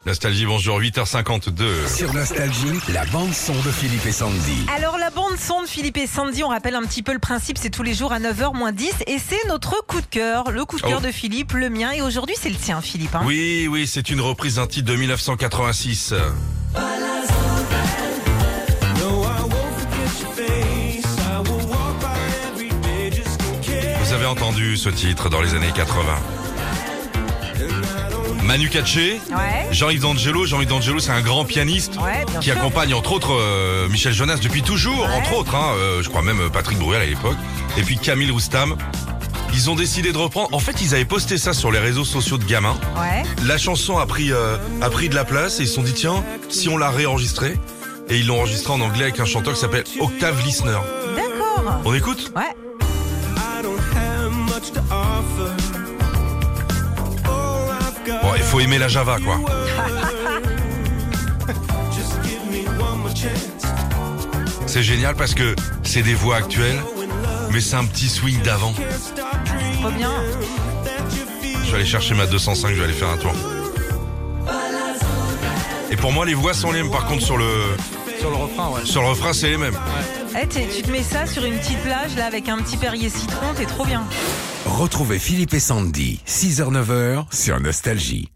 Nostalgie, bonjour, 8h52. Sur Nostalgie, la bande-son de Philippe et Sandy. Alors la bande-son de Philippe et Sandy, on rappelle un petit peu le principe, c'est tous les jours à 9h moins 10 et c'est notre coup de cœur, le coup de cœur de Philippe, le mien et aujourd'hui c'est le tien Philippe. Oui, c'est une reprise d'un titre de 1986. Vous avez entendu ce titre dans les années 80. Manu Katché, Ouais. Jean-Yves D'Angelo, c'est un grand pianiste Ouais, bien qui sûr. accompagne entre autres Michel Jonas depuis toujours, entre autres, je crois même Patrick Bruel à l'époque, et puis Camille Roustam. Ils ont décidé de reprendre. En fait, ils avaient posté ça sur les réseaux sociaux de gamins. Ouais. La chanson a pris de la place et ils se sont dit tiens, si on l'a réenregistrée. Et ils l'ont enregistrée en anglais avec un chanteur qui s'appelle Octave Listener. D'accord. On écoute ? Ouais. Bon, il faut aimer la Java, quoi. C'est génial parce que c'est des voix actuelles, mais c'est un petit swing d'avant. Trop bien. Je vais aller chercher ma 205, je vais aller faire un tour. Et pour moi, les voix sont les mêmes. Par contre, sur le refrain, ouais. Sur le refrain, c'est les mêmes. Tu te mets ça sur une petite plage là avec un petit Perrier citron, t'es trop bien. Retrouvez Philippe et Sandy, 6h-9h sur Nostalgie.